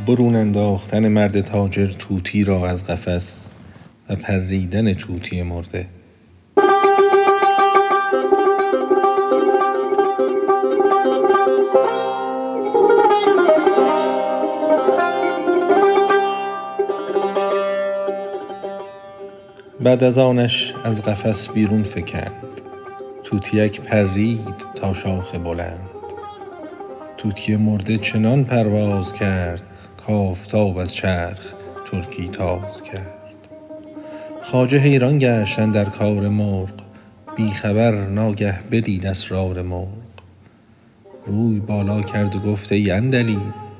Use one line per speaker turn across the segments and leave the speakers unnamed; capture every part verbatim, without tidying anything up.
برون انداختن مرد تاجر طوطی را از قفس و پریدن طوطی مرده. بعد از آنش از قفس بیرون فکند، طوطیک پرید تا شاخ بلند. طوطی مرده چنان پرواز کرد کآفتاب از چرخ ترکی تاز کرد. خواجه حیران گشت اندر کار مرغ، بی خبر ناگه بدید اسرار مرغ. روی بالا کرد و گفت ای عندلیب،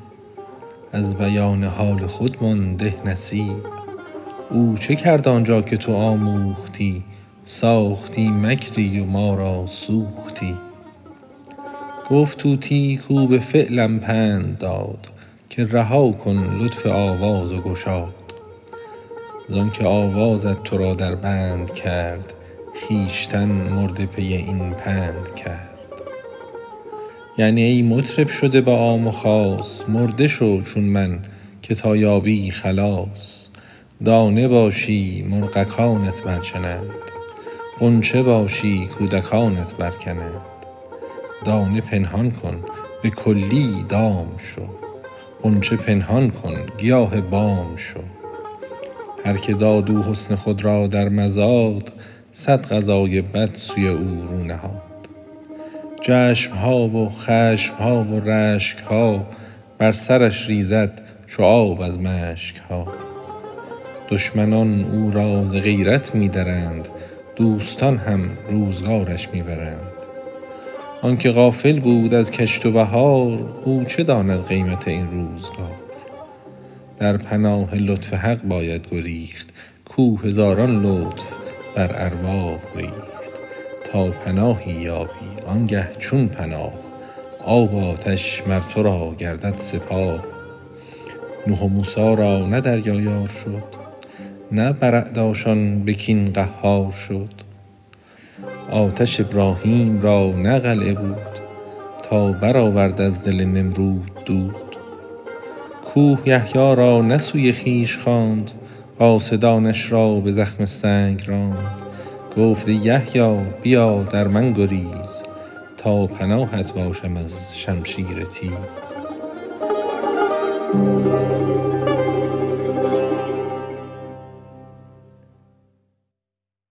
از بیان حال خود مان ده نصیب. او چه کرد آنجا که تو آموختی، ساختی مکری و ما را سوختی. گفت طوطی کاو به فعلم پند داد، که رها کن لطف آواز و گشاد. زان که آوازت تو را در بند کرد، خویشتن مرده پی این پند کرد. یعنی ای مطرب شده با عام و خاص، مرده شو چون من که تا یابی خلاص. دانه باشی مرغکانت برچنند، غنچه باشی کودکانت برکنند. دانه پنهان کن به کلی دام شو، غنچه پنهان کن گیاه بام شو. هر که داد او حسن خود را در مزاد، صد قضای بد سوی او رو نهاد. چشم ها و خشم ها و رشک ها، بر سرش ریزد چو آب از مشک ها. دشمنان او را ز غیرت می درند، دوستان هم روزگارش می برند. آن که غافل بود از کشت و بهار، او چه داند قیمت این روزگار. در پناه لطف حق باید گریخت، کو هزاران لطف بر ارواح ریخت. تا پناهی یابی آنگه چون پناه، آب و آتش مر تو را گردد سپاه. نوح و موسی را نه دریا یار شد، نه برعداشان به کین قهار شد. آتش ابراهیم را نه قلعه بود، تا برآورد از دل نمرود دود. کوه یحیی را نه سوی خویش خواند، قاصدانش را به زخم سنگ راند. گفت ای یحیی بیا در من گریز، تا پناهت باشم از شمشیر تیز.